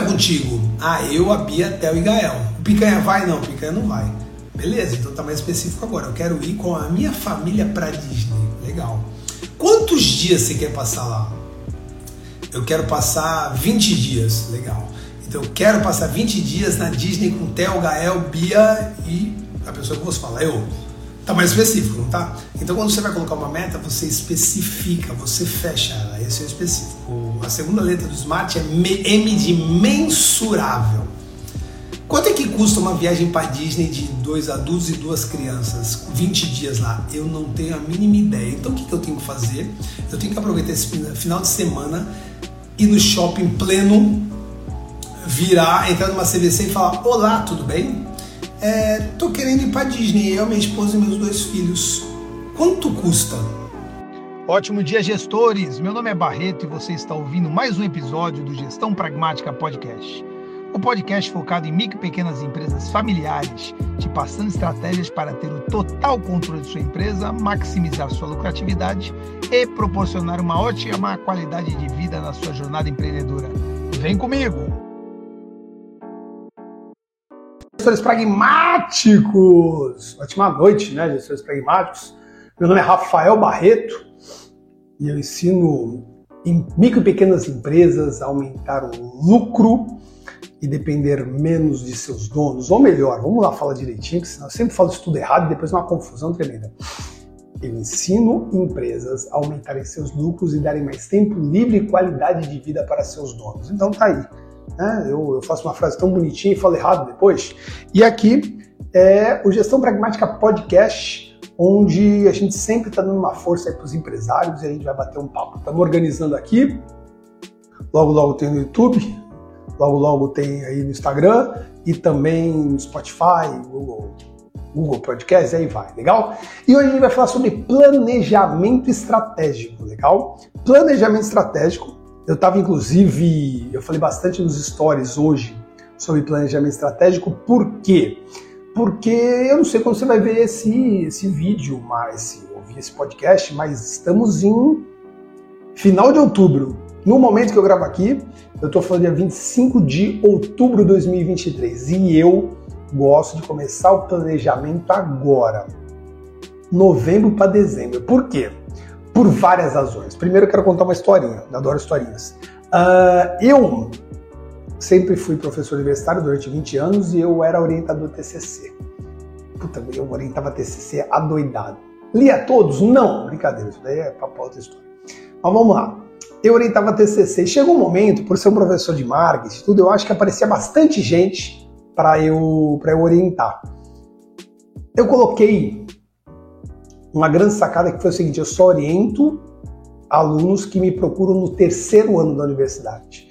contigo? Eu, a Bia, Theo e Gael. O Picanha vai? Não, o Picanha não vai. Beleza, então tá mais específico agora. Eu quero ir com a minha família pra Disney. Legal. Quantos dias você quer passar lá? Eu quero passar 20 dias. Legal. Então eu quero passar 20 dias na Disney com Theo, Gael, Bia e a pessoa que você fala, eu. Tá mais específico, não tá? Então quando você vai colocar uma meta, você especifica, você fecha ela. Esse é o específico. A segunda letra do SMART é M de mensurável. Quanto é que custa uma viagem para Disney de 2 adultos e 2 crianças? 20 dias lá? Eu não tenho a mínima ideia. Então o que eu tenho que fazer? Eu tenho que aproveitar esse final de semana, ir no shopping pleno, virar, entrar numa CVC e falar, olá, tudo bem? Tô querendo ir para Disney, eu, minha esposa e meus 2 filhos. Quanto custa? Ótimo dia, gestores! Meu nome é Barreto e você está ouvindo mais um episódio do Gestão Pragmática Podcast. O podcast focado em micro e pequenas empresas familiares, te passando estratégias para ter o total controle de sua empresa, maximizar sua lucratividade e proporcionar uma ótima qualidade de vida na sua jornada empreendedora. Vem comigo! Gestores pragmáticos! Ótima noite, né, gestores pragmáticos? Meu nome é Rafael Barreto e eu ensino em micro e pequenas empresas a aumentar o lucro e depender menos de seus donos. Ou melhor, vamos lá falar direitinho, que senão eu sempre falo isso tudo errado e depois é uma confusão tremenda. Eu ensino empresas a aumentarem seus lucros e darem mais tempo livre e qualidade de vida para seus donos. Então tá aí. Eu faço uma frase tão bonitinha e falo errado depois. E aqui é o Gestão Pragmática Podcast, onde a gente sempre está dando uma força para os empresários e a gente vai bater um papo. Estamos organizando aqui, logo tem no YouTube, logo tem aí no Instagram e também no Spotify, Google Podcast, aí vai, legal? E hoje a gente vai falar sobre planejamento estratégico, legal? Planejamento estratégico. Eu estava, inclusive, eu falei bastante nos stories hoje sobre planejamento estratégico. Por quê? Porque eu não sei quando você vai ver esse vídeo, ouvir esse podcast, mas estamos em final de outubro. No momento que eu gravo aqui, eu estou falando dia 25 de outubro de 2023. E eu gosto de começar o planejamento agora, novembro para dezembro. Por quê? Por várias razões. Primeiro eu quero contar uma historinha, eu adoro historinhas. Eu sempre fui professor universitário durante 20 anos e eu era orientador TCC. Eu orientava TCC adoidado. Lia todos? Não, brincadeira, isso daí é papo outra história. Mas vamos lá. Eu orientava TCC. Chegou um momento, por ser um professor de marketing, tudo, eu acho que aparecia bastante gente para eu orientar. Eu coloquei uma grande sacada que foi o seguinte: eu só oriento alunos que me procuram no 3º ano da universidade.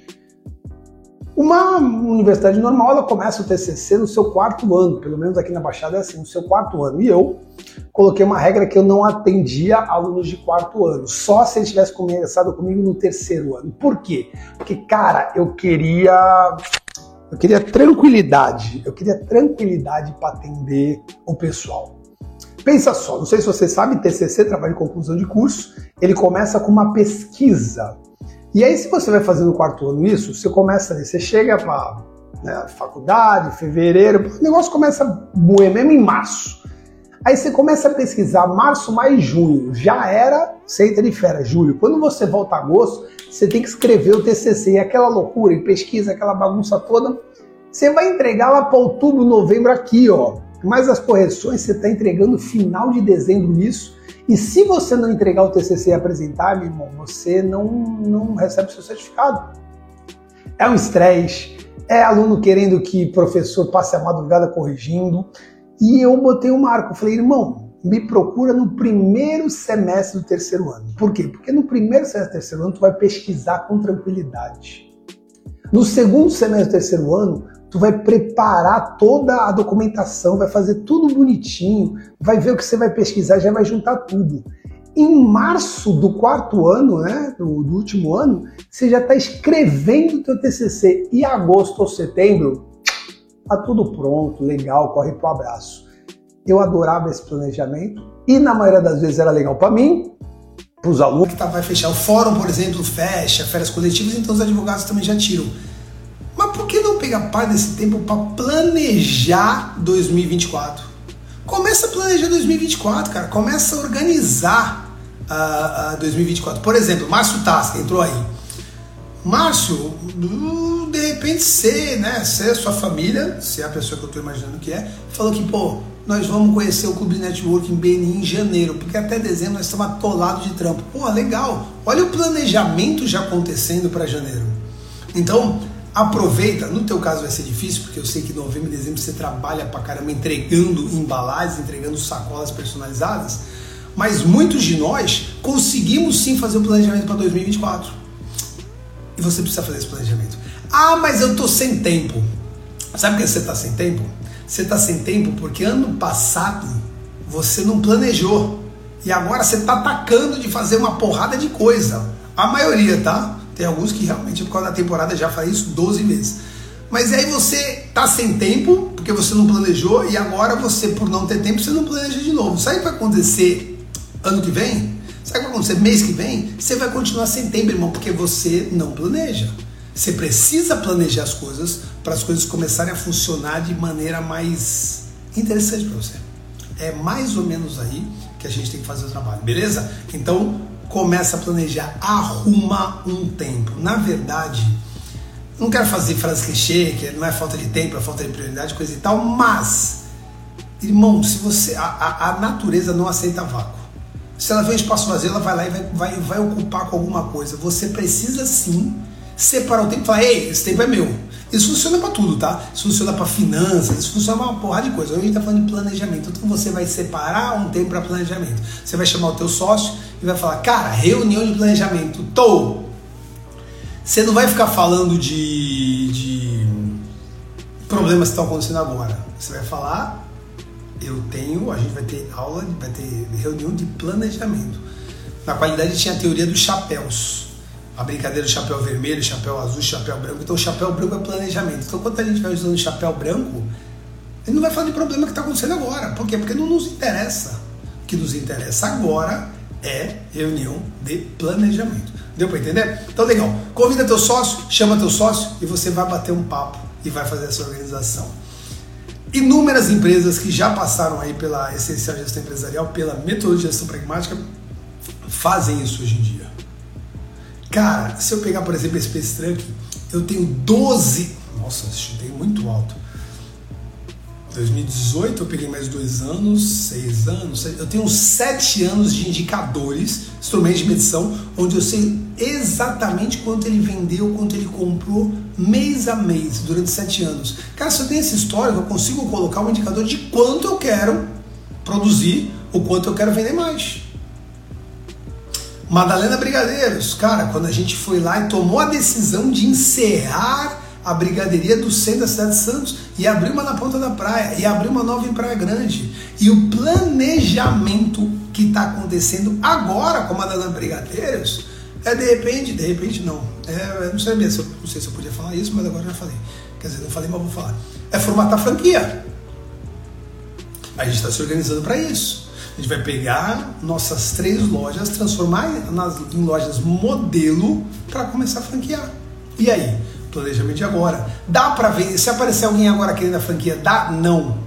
Uma universidade normal, ela começa o TCC no seu 4º ano, pelo menos aqui na Baixada é assim, no seu 4º ano. E eu coloquei uma regra que eu não atendia alunos de 4º ano, só se eles tivessem começado comigo no 3º ano. Por quê? Porque, cara, eu queria tranquilidade para atender o pessoal. Pensa só, não sei se você sabe, TCC, trabalho de conclusão de curso, ele começa com uma pesquisa. E aí, se você vai fazer no 4º ano isso, você chega para faculdade, fevereiro, o negócio começa a moer mesmo em março. Aí você começa a pesquisar março, maio e junho. Já era, você entra de férias, julho. Quando você volta a agosto, você tem que escrever o TCC. E aquela loucura, e pesquisa, aquela bagunça toda, você vai entregar lá para outubro, novembro aqui, ó. Mas as correções você está entregando final de dezembro isso. E se você não entregar o TCC e apresentar, meu irmão, você não recebe seu certificado. É um estresse, é aluno querendo que professor passe a madrugada corrigindo. E eu botei um marco, falei, irmão, me procura no primeiro semestre do 3º ano. Por quê? Porque no primeiro semestre do 3º ano tu vai pesquisar com tranquilidade. No segundo semestre do 3º ano, tu vai preparar toda a documentação, vai fazer tudo bonitinho, vai ver o que você vai pesquisar, já vai juntar tudo. Em março do 4º ano, né, do último ano, você já está escrevendo o teu TCC. E agosto ou setembro, tá tudo pronto, legal, corre pro abraço. Eu adorava esse planejamento e na maioria das vezes era legal para mim, para os alunos. Vai fechar o fórum, por exemplo, fecha, férias coletivas, então os advogados também já tiram. Mas por que pegar parte desse tempo para planejar 2024. Começa a planejar 2024, cara. Começa a organizar 2024. Por exemplo, Márcio Tasca entrou aí. Márcio, de repente você, a sua família, se é a pessoa que eu estou imaginando que é, falou que, nós vamos conhecer o Clube Network em Benin em janeiro, porque até dezembro nós estamos atolados de trampo. Legal. Olha o planejamento já acontecendo para janeiro. Então, aproveita. No teu caso vai ser difícil, porque eu sei que em novembro e dezembro você trabalha pra caramba entregando embalagens, entregando sacolas personalizadas, mas muitos de nós conseguimos sim fazer o planejamento para 2024. E você precisa fazer esse planejamento. Mas eu tô sem tempo. Sabe por que você tá sem tempo? Você tá sem tempo porque ano passado você não planejou. E agora você tá atacando de fazer uma porrada de coisa. A maioria, tá? Tem alguns que realmente por causa da temporada já faz isso 12 vezes. Mas aí você tá sem tempo porque você não planejou, e agora você, por não ter tempo, você não planeja de novo. Sabe o que vai acontecer ano que vem? Sabe o que vai acontecer mês que vem? Você vai continuar sem tempo, irmão, porque você não planeja. Você precisa planejar as coisas para as coisas começarem a funcionar de maneira mais interessante para você. É mais ou menos aí que a gente tem que fazer o trabalho, beleza? Então, começa a planejar, arruma um tempo. Na verdade, não quero fazer frase clichê, que não é falta de tempo, é falta de prioridade, coisa e tal, mas, irmão, se você, a natureza não aceita vácuo. Se ela vê um espaço vazio, ela vai lá e vai ocupar com alguma coisa. Você precisa sim separar o tempo e falar, esse tempo é meu. Isso funciona para tudo, tá? Isso funciona para finanças, isso funciona para uma porrada de coisa. Hoje a gente tá falando de planejamento. Então você vai separar um tempo para planejamento. Você vai chamar o teu sócio e vai falar, cara, reunião de planejamento, Você não vai ficar falando de problemas que estão acontecendo agora. Você vai falar, a gente vai ter aula, vai ter reunião de planejamento. Na qualidade tinha a teoria dos chapéus. A brincadeira do chapéu vermelho, chapéu azul, chapéu branco. Então o chapéu branco é planejamento. Então quando a gente vai usando o chapéu branco, ele não vai falar de problema que está acontecendo agora. Por quê? Porque não nos interessa. O que nos interessa agora é reunião de planejamento. Deu para entender? Então legal. Convida teu sócio, chama teu sócio e você vai bater um papo e vai fazer essa organização. Inúmeras empresas que já passaram aí pela Essencial Gestão Empresarial, pela metodologia de gestão pragmática, fazem isso hoje em dia. Cara, se eu pegar, por exemplo, esse Space Truck, eu tenho 12... Nossa, chutei muito alto. 2018 eu peguei mais 2 anos, 6 anos... Eu tenho 7 anos de indicadores, instrumentos de medição, onde eu sei exatamente quanto ele vendeu, quanto ele comprou, mês a mês, durante 7 anos. Cara, se eu tenho esse histórico, eu consigo colocar um indicador de quanto eu quero produzir, o quanto eu quero vender mais. Madalena Brigadeiros, cara, quando a gente foi lá e tomou a decisão de encerrar a brigadeiria do centro da cidade de Santos e abrir uma na Ponta da Praia e abrir uma nova em Praia Grande, e o planejamento que está acontecendo agora com a Madalena Brigadeiros de repente não, eu não sei se eu podia falar isso, mas agora já falei, quer dizer, não falei, mas vou falar, é formatar franquia. A gente está se organizando para isso. A gente vai pegar nossas 3 lojas, transformar em lojas modelo para começar a franquear. E aí? Planejamento de agora. Dá para ver, se aparecer alguém agora querendo a franquia, dá? Não.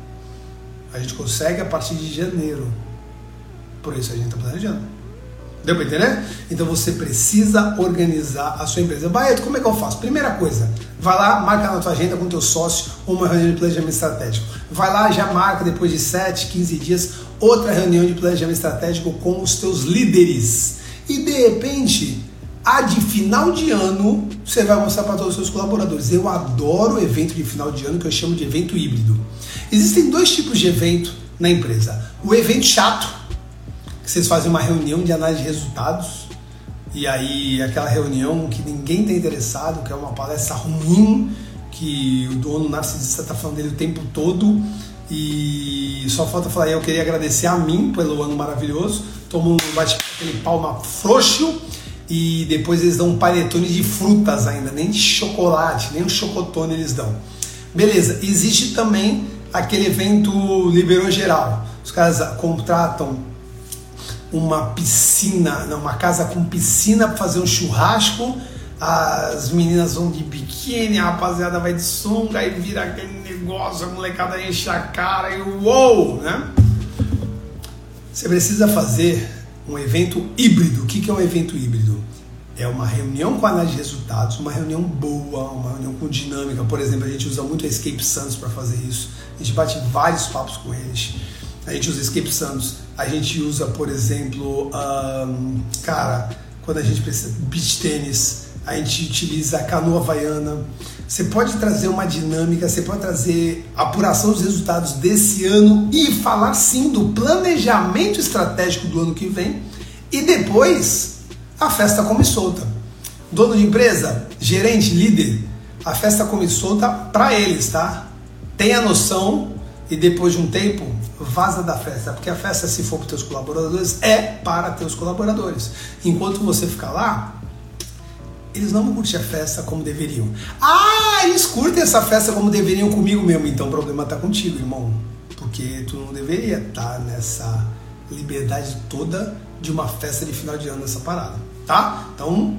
A gente consegue a partir de janeiro. Por isso a gente está planejando. Deu para entender? Então você precisa organizar a sua empresa. Barreto, como é que eu faço? Primeira coisa, vai lá, marca na tua agenda com teu sócio uma reunião de planejamento estratégico. Vai lá, já marca depois de 7, 15 dias outra reunião de planejamento estratégico com os teus líderes. E de repente, a de final de ano, você vai mostrar para todos os seus colaboradores. Eu adoro evento de final de ano, que eu chamo de evento híbrido. Existem 2 tipos de evento na empresa. O evento chato, que vocês fazem uma reunião de análise de resultados, e aí aquela reunião que ninguém está interessado, que é uma palestra ruim, que o dono narcisista está falando dele o tempo todo, e só falta falar, eu queria agradecer a mim pelo ano maravilhoso, tomou um bate-aquele palma frouxo, e depois eles dão um panetone de frutas ainda, nem de chocolate, nem um chocotone eles dão. Beleza, existe também aquele evento liberou geral, os caras contratam uma piscina, uma casa com piscina para fazer um churrasco, as meninas vão de biquíni, a rapaziada vai de sunga, aí vira aquele negócio, a molecada enche a cara e uou, né? Você precisa fazer um evento híbrido. O que é um evento híbrido? É uma reunião com análise de resultados, uma reunião boa, uma reunião com dinâmica. Por exemplo, a gente usa muito a Escape Santos para fazer isso. A gente bate vários papos com eles. A gente usa Escape Santos. A gente usa, por exemplo, quando a gente precisa de beach tênis, a gente utiliza a canoa havaiana. Você pode trazer uma dinâmica, você pode trazer apuração dos resultados desse ano e falar sim do planejamento estratégico do ano que vem. E depois a festa come solta. Dono de empresa, gerente, líder, a festa come solta para eles, tá? Tenha noção e depois de um tempo vaza da festa, porque a festa, se for para os teus colaboradores, é para teus colaboradores. Enquanto você ficar lá, eles não vão curtir a festa como deveriam. Eles curtem essa festa como deveriam comigo mesmo, então o problema tá contigo, irmão. Porque tu não deveria estar nessa liberdade toda de uma festa de final de ano nessa parada, tá? Então,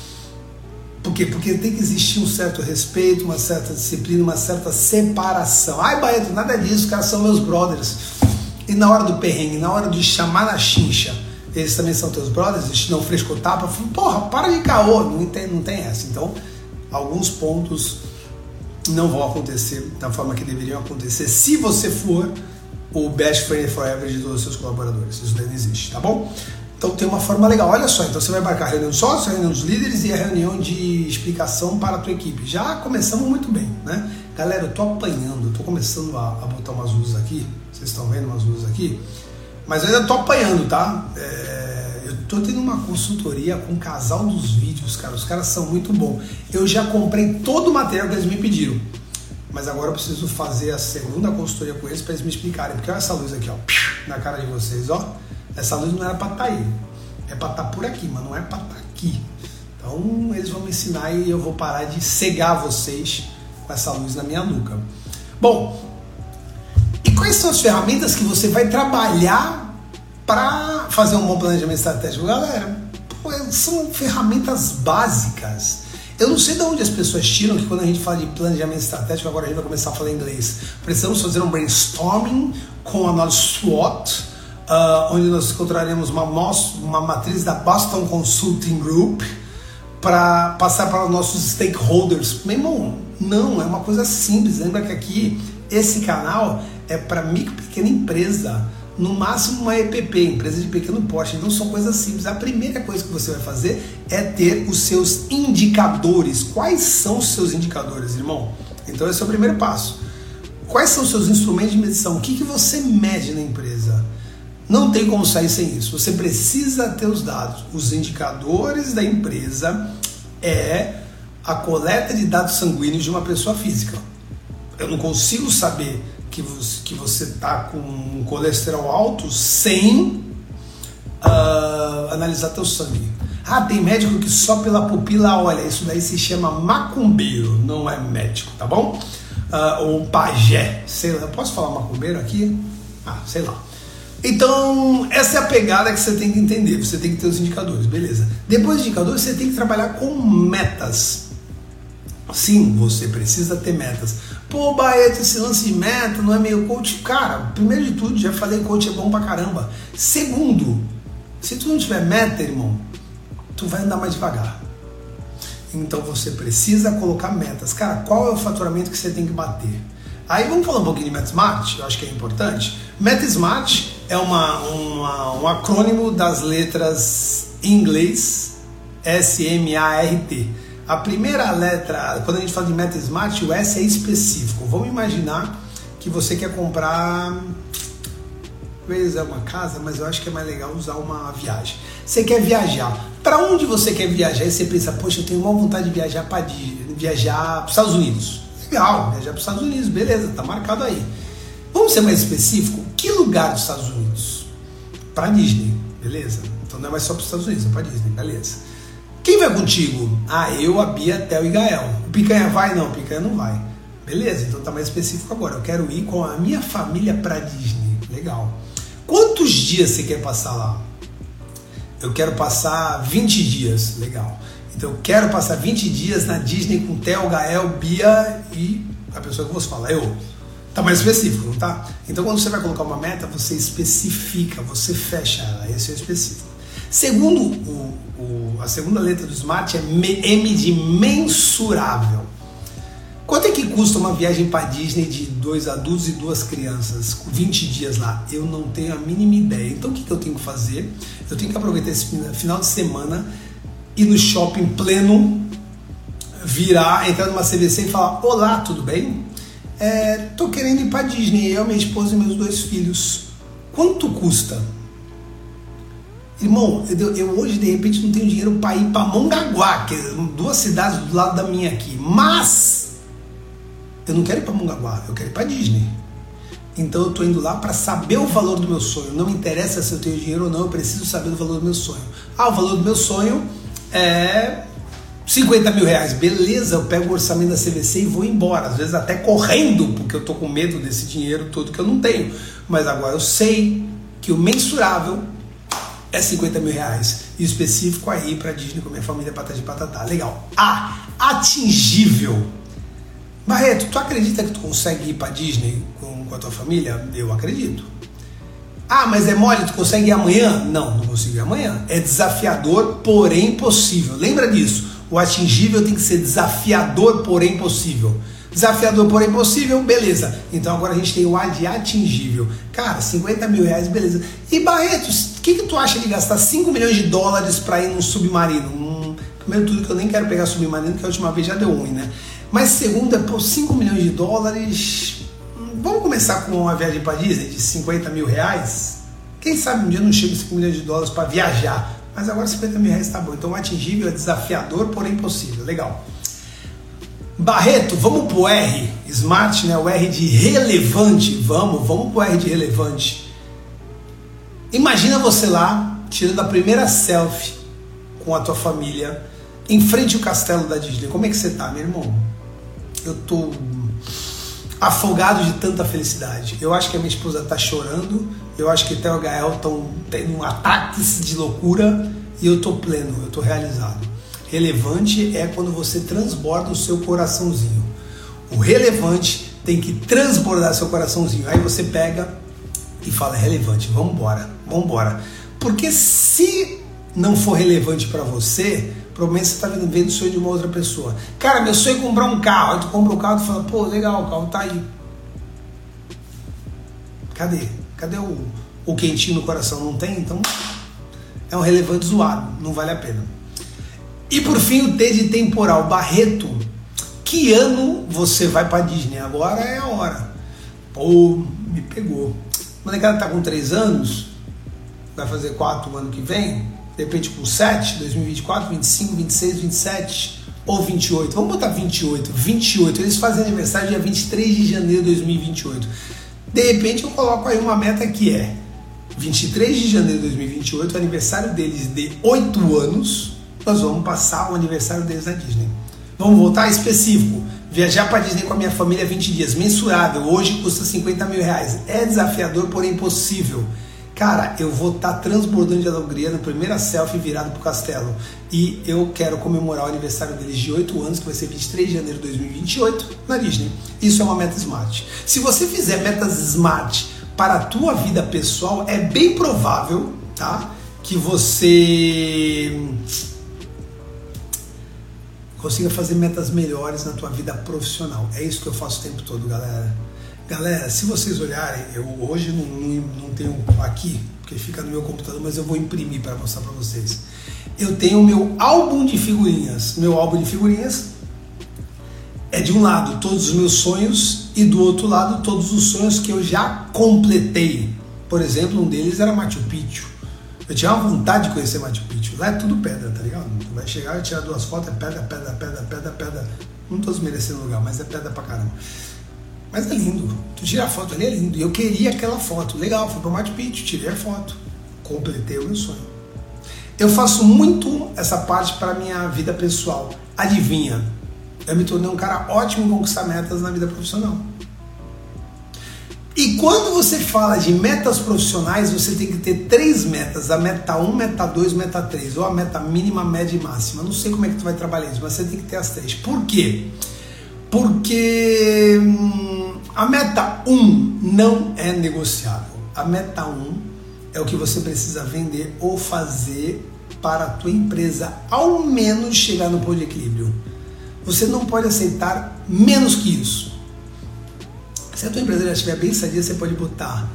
por quê? Porque tem que existir um certo respeito, uma certa disciplina, uma certa separação. Barreto, nada disso, os caras são meus brothers. E na hora do perrengue, na hora de chamar na chincha, eles também são teus brothers, eles não frescotapa, porra, para de caô, não tem essa. Então, alguns pontos não vão acontecer da forma que deveriam acontecer se você for o best friend forever de todos os seus colaboradores. Isso daí não existe, tá bom? Então tem uma forma legal, olha só, então você vai marcar a reunião de sócios, a reunião dos líderes e a reunião de explicação para a tua equipe. Já começamos muito bem, né? Galera, eu tô apanhando, eu tô começando a botar umas luzes aqui, vocês estão vendo umas luzes aqui? Mas eu ainda tô apanhando, tá? Eu tô tendo uma consultoria com o casal dos vídeos, cara. Os caras são muito bons. Eu já comprei todo o material que eles me pediram. Mas agora eu preciso fazer a segunda consultoria com eles para eles me explicarem. Porque olha essa luz aqui, ó, na cara de vocês, ó. Essa luz não era para estar aí. É para estar por aqui, mas não é para estar aqui. Então eles vão me ensinar e eu vou parar de cegar vocês com essa luz na minha nuca. Bom, e quais são as ferramentas que você vai trabalhar para fazer um bom planejamento estratégico? Galera, são ferramentas básicas. Eu não sei de onde as pessoas tiram que quando a gente fala de planejamento estratégico, agora a gente vai começar a falar inglês. Precisamos fazer um brainstorming com a nossa SWOT, onde nós encontraremos uma matriz da Boston Consulting Group para passar para os nossos stakeholders. Meu irmão, não, é uma coisa simples. Lembra que aqui, esse canal é para micro e pequena empresa, no máximo uma EPP, empresa de pequeno porte. Então são coisas simples. A primeira coisa que você vai fazer é ter os seus indicadores. Quais são os seus indicadores, irmão? Então esse é o primeiro passo. Quais são os seus instrumentos de medição? O que você mede na empresa? Não tem como sair sem isso. Você precisa ter os dados. Os indicadores da empresa é a coleta de dados sanguíneos de uma pessoa física. Eu não consigo saber que você está com um colesterol alto sem analisar teu sangue. Tem médico que só pela pupila olha. Isso daí se chama macumbeiro, não é médico, tá bom? Ou pajé, sei lá. Posso falar macumbeiro aqui? Sei lá. Então, essa é a pegada que você tem que entender. Você tem que ter os indicadores, beleza. Depois dos indicadores, você tem que trabalhar com metas. Sim, você precisa ter metas. Barreto, esse lance de meta não é meio coach? Cara, primeiro de tudo, já falei, coach é bom pra caramba. Segundo, se tu não tiver meta, irmão, tu vai andar mais devagar. Então você precisa colocar metas. Cara, qual é o faturamento que você tem que bater? Aí vamos falar um pouquinho de Meta Smart, eu acho que é importante. Meta Smart é um acrônimo das letras em inglês SMART. A primeira letra, quando a gente fala de Meta Smart, o S é específico. Vamos imaginar que você quer comprar, talvez é uma casa, mas eu acho que é mais legal usar uma viagem. Você quer viajar. Para onde você quer viajar? E você pensa, poxa, eu tenho uma vontade de viajar para os Estados Unidos. Legal, viajar para os Estados Unidos, beleza, tá marcado aí. Vamos ser mais específico? Que lugar dos Estados Unidos? Para Disney, beleza? Então não é mais só para os Estados Unidos, é para Disney, beleza. Quem vai contigo? Eu, a Bia, Theo e Gael. O Picanha vai? Não, o Picanha não vai. Beleza, então tá mais específico agora. Eu quero ir com a minha família para Disney. Legal. Quantos dias você quer passar lá? Eu quero passar 20 dias. Legal. Então eu quero passar 20 dias na Disney com Theo, Gael, Bia e a pessoa que você fala, eu. Tá mais específico, não tá? Então quando você vai colocar uma meta, você especifica, você fecha ela, esse é o específico. Segundo, a segunda letra do SMART é M de mensurável. Quanto é que custa uma viagem para Disney de 2 adultos e 2 crianças, com 20 dias lá? Eu não tenho a mínima ideia. Então o que eu tenho que fazer? Eu tenho que aproveitar esse final de semana, ir no shopping pleno, virar, entrar numa CVC e falar, olá, tudo bem? Tô querendo ir para Disney, eu, minha esposa e meus 2 filhos. Quanto custa? Irmão, eu hoje de repente não tenho dinheiro para ir para Mongaguá, que é 2 cidades do lado da minha aqui, mas eu não quero ir para Mongaguá, eu quero ir para Disney. Então eu tô indo lá para saber o valor do meu sonho. Não me interessa se eu tenho dinheiro ou não, eu preciso saber do valor do meu sonho. O valor do meu sonho é 50 mil reais. Beleza, eu pego o orçamento da CVC e vou embora. Às vezes até correndo, porque eu tô com medo desse dinheiro todo que eu não tenho. Mas agora eu sei que o mensurável é 50 mil reais. E o específico é ir para Disney com a minha família, patati patatá. Legal. Atingível. Barreto, tu acredita que tu consegue ir para Disney com a tua família? Eu acredito. Mas é mole, tu consegue ir amanhã? Não consigo ir amanhã. É desafiador, porém possível. Lembra disso. O atingível tem que ser desafiador, porém possível. Desafiador, porém possível, beleza. Então agora a gente tem o A de atingível. Cara, 50 mil reais, beleza. E Barreto, o que tu acha de gastar 5 milhões de dólares para ir num submarino? Primeiro tudo que eu nem quero pegar submarino, que a última vez já deu ruim, né? Mas segundo é por 5 milhões de dólares. Vamos começar com uma viagem para Disney de 50 mil reais? Quem sabe um dia não chega a 5 milhões de dólares para viajar. Mas agora 50 mil reais tá bom. Então o atingível é desafiador, porém possível. Legal. Barreto, vamos pro R. Smart, né? O R de relevante. Vamos pro R de relevante. Imagina você lá, tirando a primeira selfie com a tua família, em frente ao castelo da Disney. Como é que você tá, meu irmão? Eu tô afogado de tanta felicidade. Eu acho que a minha esposa tá chorando, eu acho que o Theo e o Gael estão tendo um ataque de loucura e eu tô pleno, eu tô realizado. Relevante é quando você transborda o seu coraçãozinho. O relevante tem que transbordar seu coraçãozinho. Aí você pega e fala, é relevante, vambora. Porque se não for relevante para você, provavelmente você está vendo o sonho de uma outra pessoa. Cara, meu sonho é comprar um carro. Aí tu compra um carro e fala, pô, legal, o carro tá aí. Cadê o quentinho no coração? Não tem? Então é um relevante zoado, não vale a pena. E por fim o T de temporal. Barreto, que ano você vai para Disney? Agora é a hora. Pô, me pegou. A molecada tá com 3 anos, vai fazer 4 no ano que vem. De repente com 7, 2024, 25, 26, 27 ou 28. Vamos botar 28. Eles fazem aniversário dia 23 de janeiro de 2028. De repente eu coloco aí uma meta que é 23 de janeiro de 2028, o aniversário deles de 8 anos, nós vamos passar o aniversário deles na Disney. Vamos voltar específico. Viajar para Disney com a minha família 20 dias. Mensurável. Hoje custa 50 mil reais. É desafiador, porém possível. Cara, eu vou estar transbordando de alegria na primeira selfie virado pro castelo. E eu quero comemorar o aniversário deles de 8 anos, que vai ser 23 de janeiro de 2028, na Disney. Isso é uma meta Smart. Se você fizer metas Smart para a tua vida pessoal, é bem provável, tá, que você consiga fazer metas melhores na tua vida profissional. É isso que eu faço o tempo todo, galera. Galera, se vocês olharem, eu hoje não tenho aqui, porque fica no meu computador, mas eu vou imprimir para mostrar para vocês. Eu tenho o meu álbum de figurinhas. Meu álbum de figurinhas é de um lado todos os meus sonhos e do outro lado todos os sonhos que eu já completei. Por exemplo, um deles era Machu Picchu. Eu tinha uma vontade de conhecer Machu Picchu. Lá é tudo pedra, tá ligado? Tu vai chegar e tirar 2 fotos, é pedra. Não tô desmerecendo o lugar, mas é pedra pra caramba. Mas é lindo, tu tira a foto ali, é lindo. E eu queria aquela foto, legal, fui pro Machu Picchu, tirei a foto, completei o meu sonho. Eu faço muito essa parte para minha vida pessoal. Adivinha, eu me tornei um cara ótimo em conquistar metas na vida profissional. E quando você fala de metas profissionais, você tem que ter 3 metas, a meta 1, meta 2, meta 3, ou a meta mínima, média e máxima. Não sei como é que tu vai trabalhar isso, mas você tem que ter as 3. Por quê? Porque a meta 1 não é negociável. A meta 1 é o que você precisa vender ou fazer para a tua empresa, ao menos chegar no ponto de equilíbrio. Você não pode aceitar menos que isso. Se a tua empresa já estiver bem sadia, você pode botar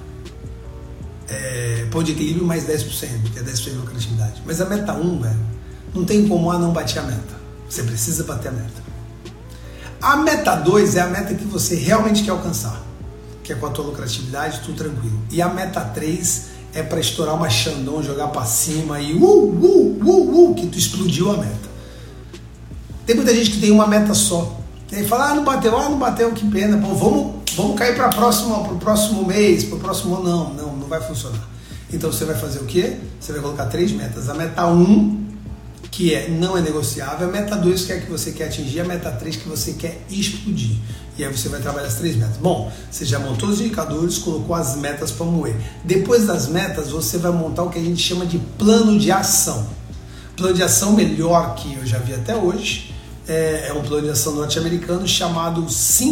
ponto de equilíbrio mais 10%, que é 10% de lucratividade. Mas a meta 1, velho, não tem como não bater a meta. Você precisa bater a meta. A meta 2 é a meta que você realmente quer alcançar, que é com a tua lucratividade, tudo tranquilo. E a meta 3 é para estourar uma Xandão, jogar para cima e que tu explodiu a meta. Tem muita gente que tem uma meta só. E aí fala, não bateu, que pena. Bom, vamos cair para o próximo mês, para o próximo ano. Não vai funcionar. Então você vai fazer o quê? Você vai colocar 3 metas. A meta 1, que não é negociável. A meta 2, que é a que você quer atingir. A meta 3, que você quer explodir. E aí você vai trabalhar as 3 metas. Bom, você já montou os indicadores, colocou as metas para moer. Depois das metas, você vai montar o que a gente chama de plano de ação. Plano de ação melhor que eu já vi até hoje. É um plano de ação norte-americano chamado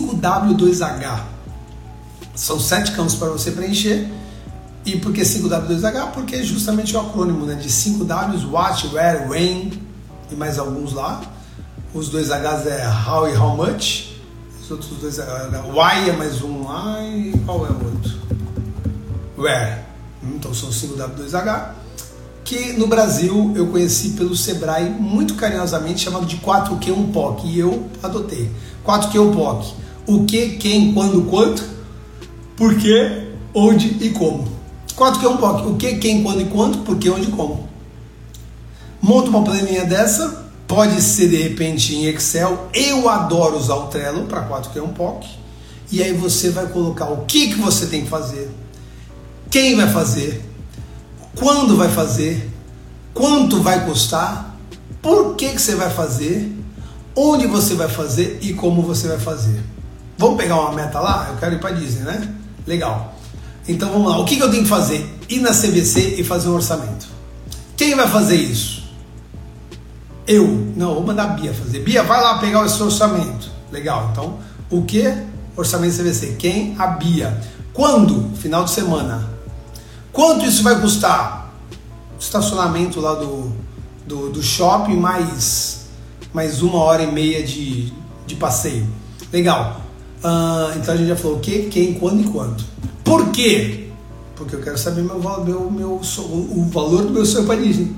5W2H. São 7 campos para você preencher. E por que 5W2H? Porque é justamente o acrônimo, né, de 5 Ws, What, Where, When e mais alguns lá. Os 2 Hs é How e How Much. Os outros 2 Why é mais um lá e qual é o outro? Where. Então são 5W2H. Que no Brasil eu conheci pelo Sebrae muito carinhosamente, chamado de 4Q1POC, e eu adotei. 4Q1POC, o que, quem, quando, quanto, por quê, onde e como. 4Q1POC, o que, quem, quando e quanto, por quê, onde e como. Monta uma planilha dessa, pode ser de repente em Excel, eu adoro usar o Trello para 4Q1POC, e aí você vai colocar o que você tem que fazer, quem vai fazer, quando vai fazer, quanto vai custar, por que você vai fazer, onde você vai fazer e como você vai fazer. Vamos pegar uma meta lá? Eu quero ir para Disney, né? Legal. Então vamos lá. O que eu tenho que fazer? Ir na CVC e fazer um orçamento. Quem vai fazer isso? Eu. Não, vou mandar a Bia fazer. Bia, vai lá pegar esse orçamento. Legal. Então, o que? Orçamento CVC. Quem? A Bia. Quando? Final de semana. Quanto isso vai custar? Estacionamento lá do shopping mais 1h30 de passeio. Legal. Então a gente já falou o que, quem, quando e quanto. Por quê? Porque eu quero saber o valor do meu sonho para Disney.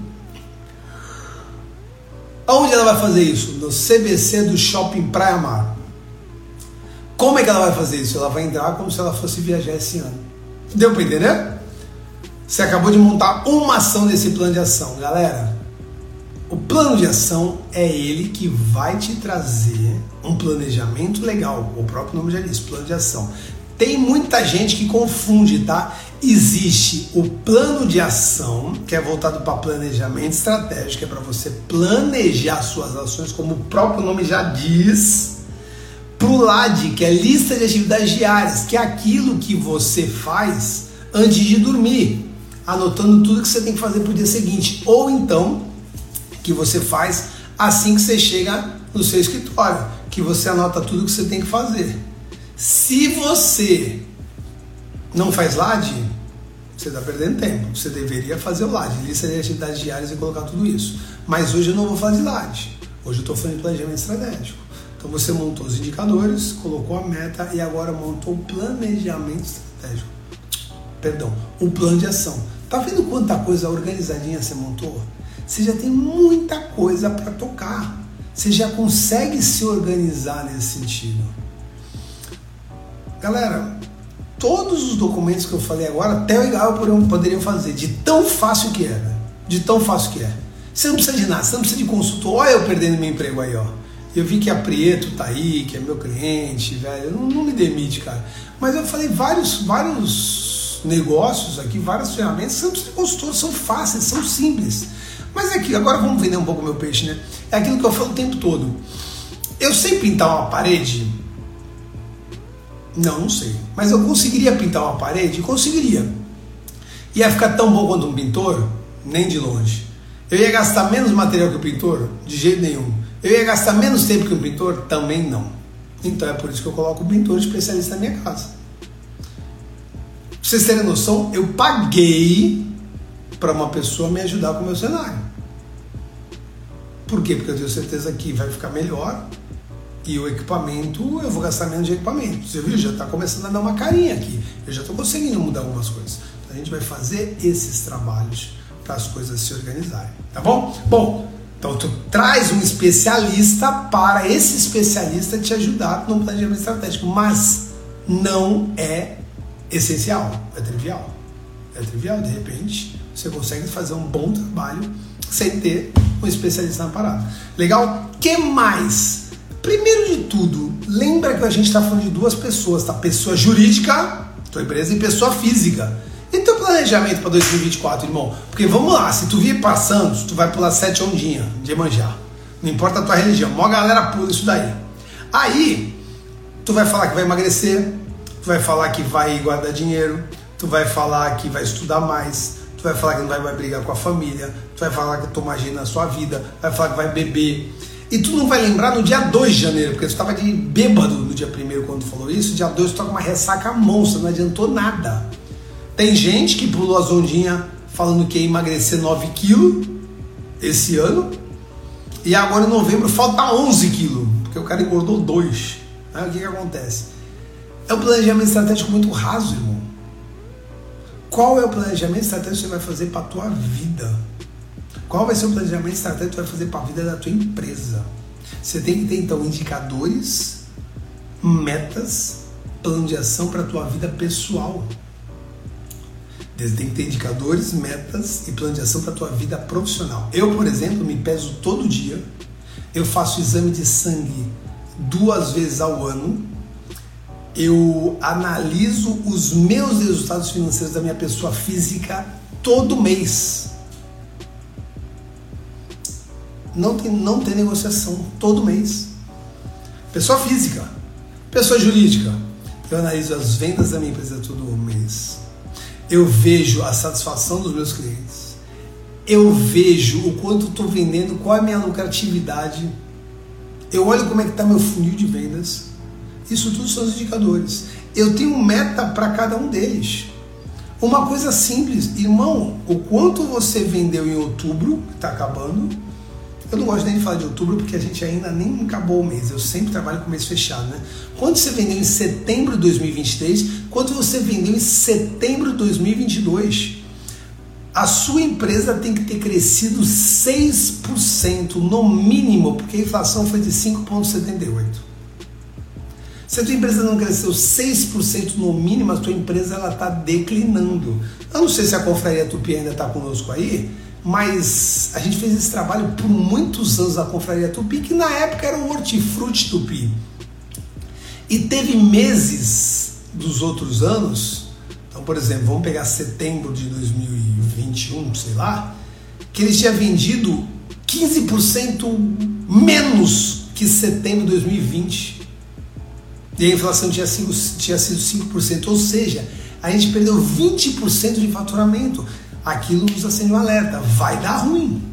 Aonde ela vai fazer isso? No CVC do Shopping Praia Mar. Como é que ela vai fazer isso? Ela vai entrar como se ela fosse viajar esse ano. Deu para entender? Você acabou de montar uma ação desse plano de ação. Galera, o plano de ação é ele que vai te trazer um planejamento legal. O próprio nome já diz, plano de ação. Tem muita gente que confunde, tá? Existe o plano de ação, que é voltado para planejamento estratégico, que é para você planejar suas ações, como o próprio nome já diz. Pro LAD, que é lista de atividades diárias, que é aquilo que você faz antes de dormir, anotando tudo que você tem que fazer para o dia seguinte, ou então que você faz assim que você chega no seu escritório, que você anota tudo que você tem que fazer. Se você não faz LAD, você está perdendo tempo. Você deveria fazer o LAD, lista de atividades diárias, e colocar tudo isso. Mas hoje eu não vou fazer LAD. Hoje eu estou falando de planejamento estratégico. Então você montou os indicadores, colocou a meta e agora montou o planejamento estratégico. Perdão, o plano de ação. Tá vendo quanta coisa organizadinha você montou? Você já tem muita coisa para tocar. Você já consegue se organizar nesse sentido. Galera, todos os documentos que eu falei agora, até o Igal poderiam fazer, de tão fácil que é, né? De tão fácil que é. Você não precisa de nada, você não precisa de consultor. Olha eu perdendo meu emprego aí, ó. Eu vi que a Prieto tá aí, que é meu cliente, velho. Não me demite, cara. Mas eu falei vários negócios aqui, várias ferramentas, você não precisa de consultor, são fáceis, são simples. Mas é que, agora vamos vender um pouco o meu peixe, né? É aquilo que eu falo o tempo todo. Eu sei pintar uma parede, Não sei. Mas eu conseguiria pintar uma parede? Conseguiria. Ia ficar tão bom quanto um pintor? Nem de longe. Eu ia gastar menos material que o pintor? De jeito nenhum. Eu ia gastar menos tempo que um pintor? Também não. Então é por isso que eu coloco o pintor especialista na minha casa. Pra vocês terem noção, eu paguei para uma pessoa me ajudar com o meu cenário. Por quê? Porque eu tenho certeza que vai ficar melhor e o equipamento, eu vou gastar menos de equipamento. Você viu? Já está começando a dar uma carinha aqui. Eu já estou conseguindo mudar algumas coisas. Então a gente vai fazer esses trabalhos para as coisas se organizarem. Tá bom? Bom, então tu traz um especialista para esse especialista te ajudar no planejamento estratégico. Mas não é essencial. É trivial. É trivial, de repente você consegue fazer um bom trabalho sem ter um especialista na parada. Legal? O que mais? Primeiro de tudo, lembra que a gente está falando de duas pessoas, tá? Pessoa jurídica, tua empresa, e pessoa física. E teu planejamento para 2024, irmão? Porque vamos lá, se tu vir passando, tu vai pular 7 ondinhas de Iemanjá. Não importa a tua religião, a maior galera pula isso daí. Aí, tu vai falar que vai emagrecer, tu vai falar que vai guardar dinheiro, tu vai falar que vai estudar mais, tu vai falar que não vai brigar com a família, tu vai falar que toma gin na sua vida, vai falar que vai beber. E tu não vai lembrar no dia 2 de janeiro, porque tu estava de bêbado no dia 1º quando tu falou isso, dia 2 tu tá com uma ressaca monstra, não adiantou nada. Tem gente que pulou as ondinhas falando que ia emagrecer 9 quilos esse ano, e agora em novembro falta 11 quilos, porque o cara engordou 2. Aí o que acontece? É um planejamento estratégico muito raso, irmão. Qual é o planejamento estratégico que você vai fazer para a tua vida? Qual vai ser o planejamento estratégico que você vai fazer para a vida da tua empresa? Você tem que ter, então, indicadores, metas, plano de ação para a tua vida pessoal. Você tem que ter indicadores, metas e plano de ação para a tua vida profissional. Eu, por exemplo, me peso todo dia. Eu faço exame de sangue 2 vezes ao ano. Eu analiso os meus resultados financeiros da minha pessoa física todo mês. Não tem negociação, todo mês. Pessoa física. Pessoa jurídica. Eu analiso as vendas da minha empresa todo mês. Eu vejo a satisfação dos meus clientes. Eu vejo o quanto estou vendendo, qual é a minha lucratividade. Eu olho como é que está meu funil de vendas. Isso tudo são os indicadores. Eu tenho meta para cada um deles. Uma coisa simples, irmão, o quanto você vendeu em outubro, que está acabando. Eu não gosto nem de falar de outubro porque a gente ainda nem acabou o mês. Eu sempre trabalho com o mês fechado, né? Quanto você vendeu em setembro de 2023? Quanto você vendeu em setembro de 2022? A sua empresa tem que ter crescido 6% no mínimo, porque a inflação foi de 5,78%. Se a tua empresa não cresceu 6% no mínimo, a tua empresa está declinando. Eu não sei se a Confraria Tupi ainda está conosco aí, mas a gente fez esse trabalho por muitos anos na Confraria Tupi, que na época era o Hortifruti Tupi. E teve meses dos outros anos, então, por exemplo, vamos pegar setembro de 2021, sei lá, que eles tinham vendido 15% menos que setembro de 2020. E a inflação tinha sido 5%, ou seja, a gente perdeu 20% de faturamento. Aquilo nos acende um alerta, vai dar ruim.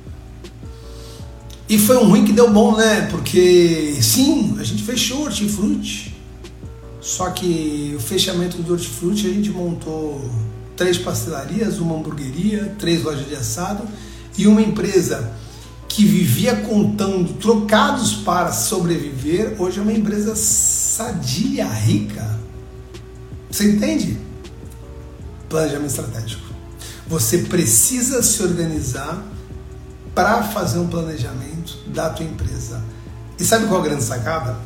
E foi um ruim que deu bom, né? Porque sim, a gente fechou o Hortifruti. Só que o fechamento do Hortifruti a gente montou 3 pastelarias, uma hamburgueria, 3 lojas de assado e uma empresa que vivia contando trocados para sobreviver, hoje é uma empresa sadia, rica. Você entende? Planejamento estratégico. Você precisa se organizar para fazer um planejamento da tua empresa. E sabe qual é a grande sacada?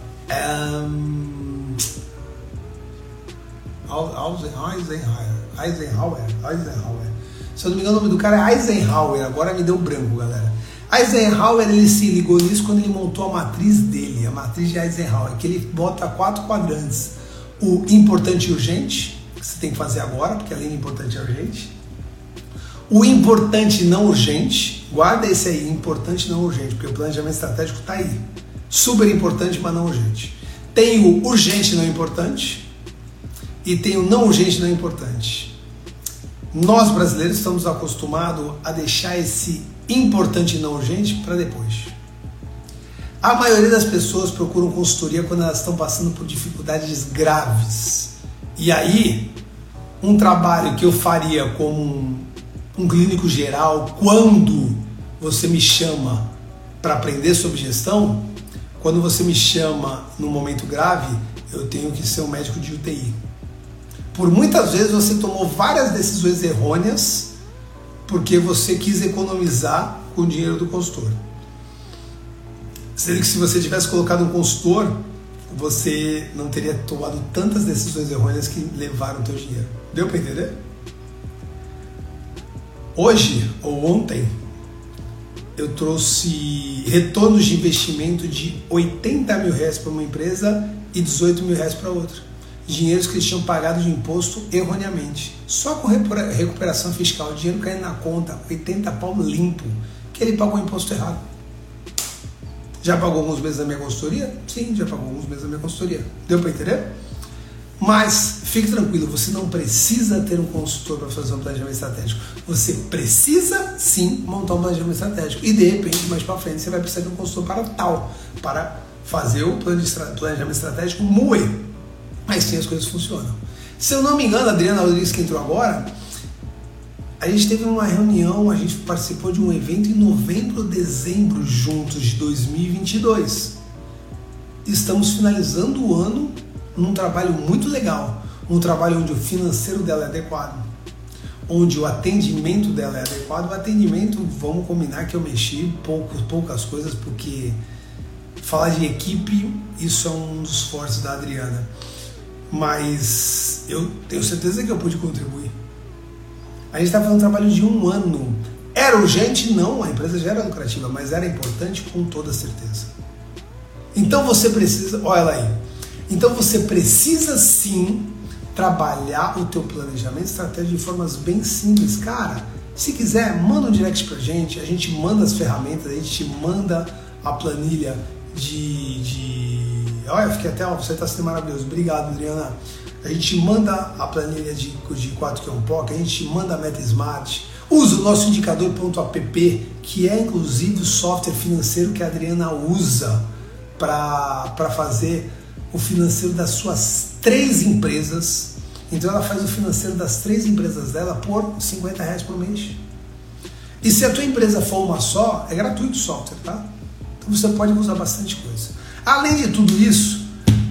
Eisenhower. Se eu não me engano, o nome do cara é Eisenhower. Agora me deu branco, galera. Eisenhower, ele se ligou nisso quando ele montou a matriz dele, a matriz de Eisenhower, que ele bota 4 quadrantes. O importante e urgente, que você tem que fazer agora, porque além do importante é urgente. O importante e não urgente, guarda esse aí, importante e não urgente, porque o planejamento estratégico está aí. Super importante, mas não urgente. Tem o urgente e não importante, e tem o não urgente e não importante. Nós brasileiros estamos acostumados a deixar esse importante e não urgente para depois. A maioria das pessoas procuram consultoria quando elas estão passando por dificuldades graves. E aí, um trabalho que eu faria como um clínico geral, quando você me chama para aprender sobre gestão, quando você me chama num momento grave, eu tenho que ser um médico de UTI. Por muitas vezes você tomou várias decisões errôneas porque você quis economizar com o dinheiro do consultor. Sendo que se você tivesse colocado um consultor, você não teria tomado tantas decisões errôneas que levaram o teu dinheiro. Deu para entender? Hoje, ou ontem, eu trouxe retornos de investimento de R$80 mil para uma empresa e R$18 mil para outra. Dinheiros que eles tinham pagado de imposto erroneamente. Só com recuperação fiscal, dinheiro caindo na conta, 80 pau limpo, que ele pagou o imposto errado. Já pagou alguns meses da minha consultoria? Sim, já pagou alguns meses da minha consultoria. Deu para entender? Mas fique tranquilo, você não precisa ter um consultor para fazer um planejamento estratégico. Você precisa sim montar um planejamento estratégico. E de repente, mais para frente, você vai precisar de um consultor para fazer o planejamento estratégico moer. Mas sim, as coisas funcionam. Se eu não me engano, a Adriana Rodrigues, que entrou agora, a gente teve uma reunião, a gente participou de um evento em novembro, dezembro, juntos, de 2022. Estamos finalizando o ano num trabalho muito legal, um trabalho onde o financeiro dela é adequado, onde o atendimento dela é adequado. O atendimento, vamos combinar que eu mexi poucas coisas, porque falar de equipe, isso é um dos fortes da Adriana, mas eu tenho certeza que eu pude contribuir. A gente está fazendo um trabalho de 1 ano. Era urgente? Não, a empresa já era lucrativa, mas era importante com toda certeza. Então você precisa, olha ela aí, então você precisa sim trabalhar o teu planejamento estratégico de formas bem simples. Cara, se quiser, manda um direct pra gente, a gente manda as ferramentas, a gente manda a planilha Olha, fiquei até, você está sendo maravilhoso, obrigado, Adriana. A gente manda a planilha de 4Q um POC, a gente manda a Meta Smart, usa o nosso indicador.app, que é inclusive o software financeiro que a Adriana usa para fazer o financeiro das suas 3 empresas. Então ela faz o financeiro das 3 empresas dela por R$50 por mês. E se a tua empresa for uma só, é gratuito o software, tá? Então você pode usar bastante coisa. Além de tudo isso,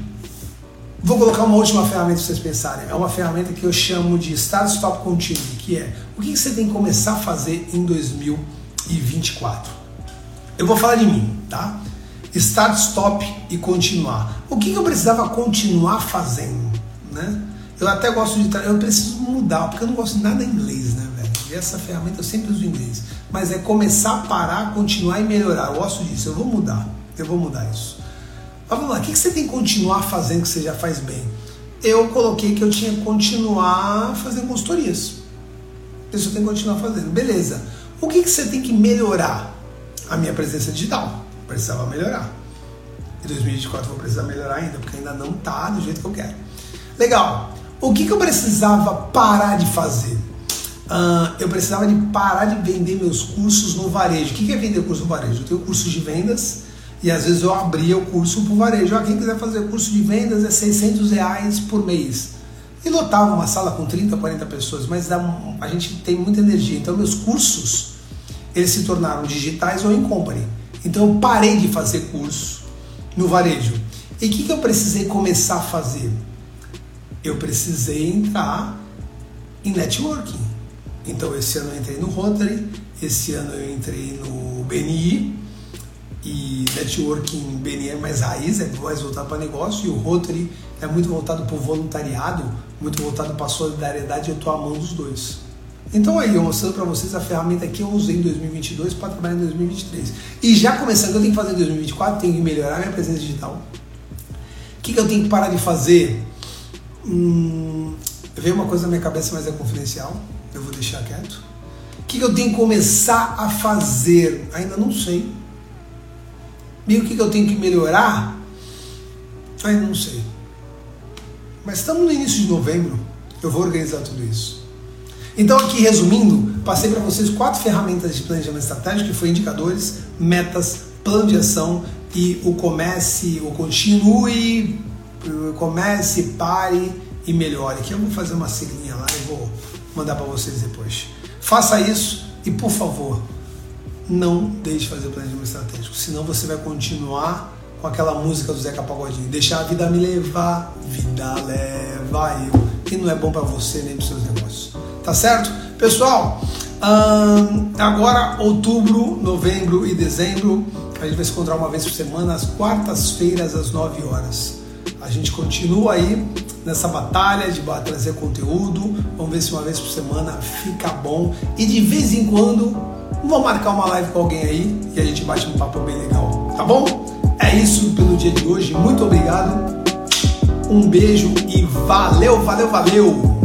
vou colocar uma última ferramenta para vocês pensarem. É uma ferramenta que eu chamo de Start, Stop, Continue, que é o que você tem que começar a fazer em 2024. Eu vou falar de mim, tá? Start, Stop e continuar. O que eu precisava continuar fazendo, né? Eu até gosto de... Eu preciso mudar, porque eu não gosto de nada em inglês, né, velho? E essa ferramenta eu sempre uso em inglês. Mas é começar a parar, continuar e melhorar. Eu gosto disso, eu vou mudar isso. Mas vamos lá, o que você tem que continuar fazendo que você já faz bem? Eu coloquei que eu tinha que continuar fazendo consultorias. Isso eu tenho que continuar fazendo. Beleza. O que você tem que melhorar? A minha presença digital. Precisava melhorar. Em 2024 eu vou precisar melhorar ainda, porque ainda não está do jeito que eu quero. Legal. O que eu precisava parar de fazer? Eu precisava de parar de vender meus cursos no varejo. O que é vender curso no varejo? Eu tenho curso de vendas e às vezes eu abria o curso para o varejo. Quem quiser fazer curso de vendas é R$600 por mês. E lotava uma sala com 30, 40 pessoas, mas a gente tem muita energia. Então meus cursos, eles se tornaram digitais ou em company. Então eu parei de fazer curso no varejo. E o que eu precisei começar a fazer? Eu precisei entrar em networking. Então esse ano eu entrei no Rotary, esse ano eu entrei no BNI, e networking BNI é mais raiz, é mais voltado para negócio, e o Rotary é muito voltado para o voluntariado, muito voltado para a solidariedade, e eu estou amando os dois. Então aí, eu mostrando para vocês a ferramenta que eu usei em 2022 para trabalhar em 2023. E já começando, o que eu tenho que fazer em 2024, eu tenho que melhorar minha presença digital. O que eu tenho que parar de fazer? Veio uma coisa na minha cabeça, mas é confidencial, eu vou deixar quieto. O que eu tenho que começar a fazer? Ainda não sei. E o que eu tenho que melhorar? Ainda não sei. Mas estamos no início de novembro, eu vou organizar tudo isso. Então aqui, resumindo, passei para vocês 4 ferramentas de planejamento estratégico, que foi indicadores, metas, plano de ação e o comece, o continue, comece, pare e melhore. Aqui eu vou fazer uma siglinha lá e vou mandar para vocês depois. Faça isso e, por favor, não deixe de fazer planejamento estratégico, senão você vai continuar com aquela música do Zeca Pagodinho, deixar a vida me levar, vida leva eu, que não é bom para você nem para os seus negócios. Tá certo? Pessoal, agora outubro, novembro e dezembro, a gente vai se encontrar uma vez por semana, às quartas-feiras, às 9 horas. A gente continua aí nessa batalha de trazer conteúdo. Vamos ver se uma vez por semana fica bom. E de vez em quando, vou marcar uma live com alguém aí e a gente bate um papo bem legal. Tá bom? É isso pelo dia de hoje. Muito obrigado. Um beijo e valeu, valeu, valeu!